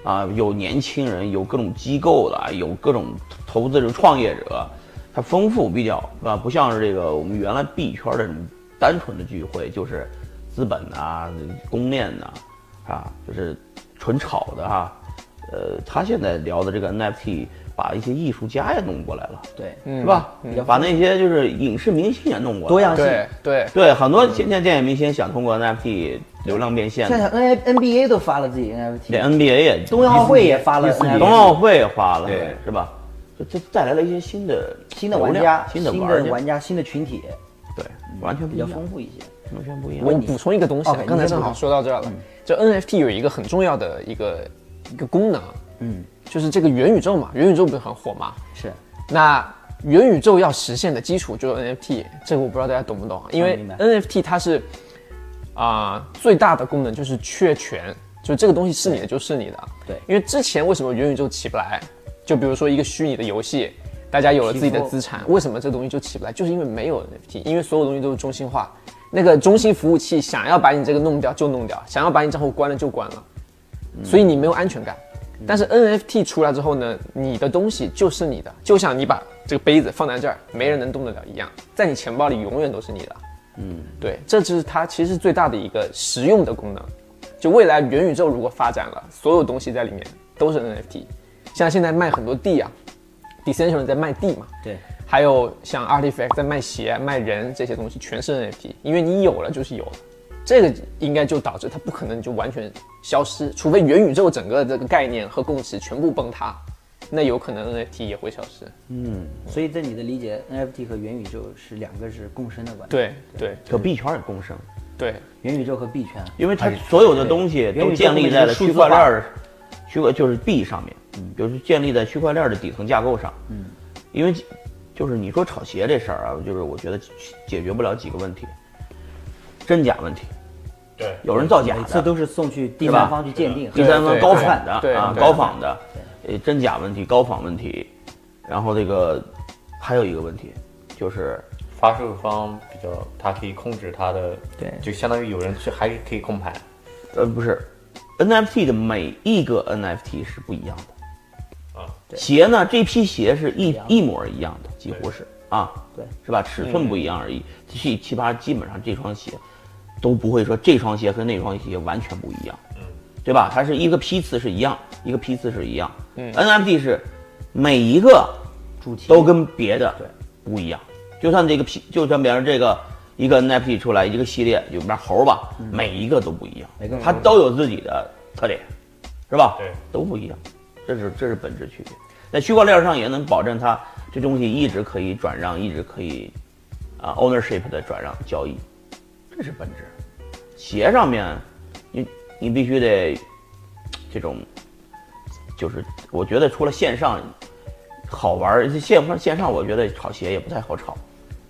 啊，有年轻人，有各种机构的，有各种投资者、创业者，它丰富比较啊，不像是这个我们原来币圈的这种单纯的聚会，就是资本啊、公链呐，啊，就是纯炒的哈。他现在聊的这个 NFT， 把一些艺术家也弄过来了， 对， 是吧？把那些就是影视明星也弄过来了， 多样性。 对，很多现在电影明星想通过 NFT 流量变现。 现在 NBA 都发了自己 NFT， 连 NBA 也， 冬奥会也发了 NFT， 冬奥会也发了， 对， 是吧？这带来了一些新的玩家、 新的玩家、新的群体， 对，完全比较丰富一些。 完全不一样。 我补充一个东西，刚才正好说到这儿了。这 NFT 有一个很重要的一个功能，就是这个元宇宙嘛，元宇宙不是很火嘛？ 是。 那元宇宙要实现的基础就是 NFT， 这个我不知道大家懂不懂，因为 NFT 它是最大的功能就是确权，就这个东西是你的就是你的。 对。 因为之前为什么元宇宙起不来？就比如说一个虚拟的游戏，大家有了自己的资产，为什么这东西就起不来？就是因为没有 NFT， 因为所有东西都是中心化。那个中心服务器想要把你这个弄掉就弄掉，想要把你账户关了就关了，所以你没有安全感。但是 NFT 出来之后呢，你的东西就是你的，就像你把这个杯子放在这儿，没人能动得了一样，在你钱包里永远都是你的。对，这就是它其实最大的一个实用的功能。就未来元宇宙如果发展了，所有东西在里面都是 NFT。像现在卖很多地啊 ，Decentraland 在卖地嘛， 对。 还有像 Artifact 在卖鞋、卖人这些东西，全是 NFT， 因为你有了就是有了，这个应该就导致它不可能就完全消失，除非元宇宙整个这个概念和共识全部崩塌，那有可能 NFT 也会消失。 所以在你的理解 ，NFT 和元宇宙是两个是共生的关对， 系。 和币圈也共生。 对， 元宇宙和币圈， 因为它所有的东西都建立在了区块链就是币上面，就是建立在区块链的底层架构上。因为就是你说炒鞋这事儿啊，就是我觉得解决不了几个问题，真假问题。 对， 有人造假的， 每次都是送去第三方去鉴定， 第三方高仿的啊， 高仿的，真假问题、高仿问题。然后这个还有一个问题就是发售方比较，他可以控制他的， 对， 就相当于有人去还可以控盘。 不是 NFT 的每一个 NFT 是不一样的。 对鞋呢，这批鞋是一模一样的，几乎是啊， 对， 是吧？尺寸不一样而已。其他基本上这双鞋都不会说这双鞋和那双鞋完全不一样，对吧？它是一个批次是一样，一个批次是一样。NFT 是每一个主题都跟别的对不一样，就算这个就算比方这个一个 NFT 出来一个系列，就比方猴吧，每一个都不一样，它都有自己的特点，是吧？ 对， 都不一样。这是本质区别，在区块链上也能保证它这东西一直可以转让，一直可以ownership 的转让交易，这是本质。鞋上面，你必须得这种，就是我觉得除了线上好玩，线上我觉得炒鞋也不太好炒。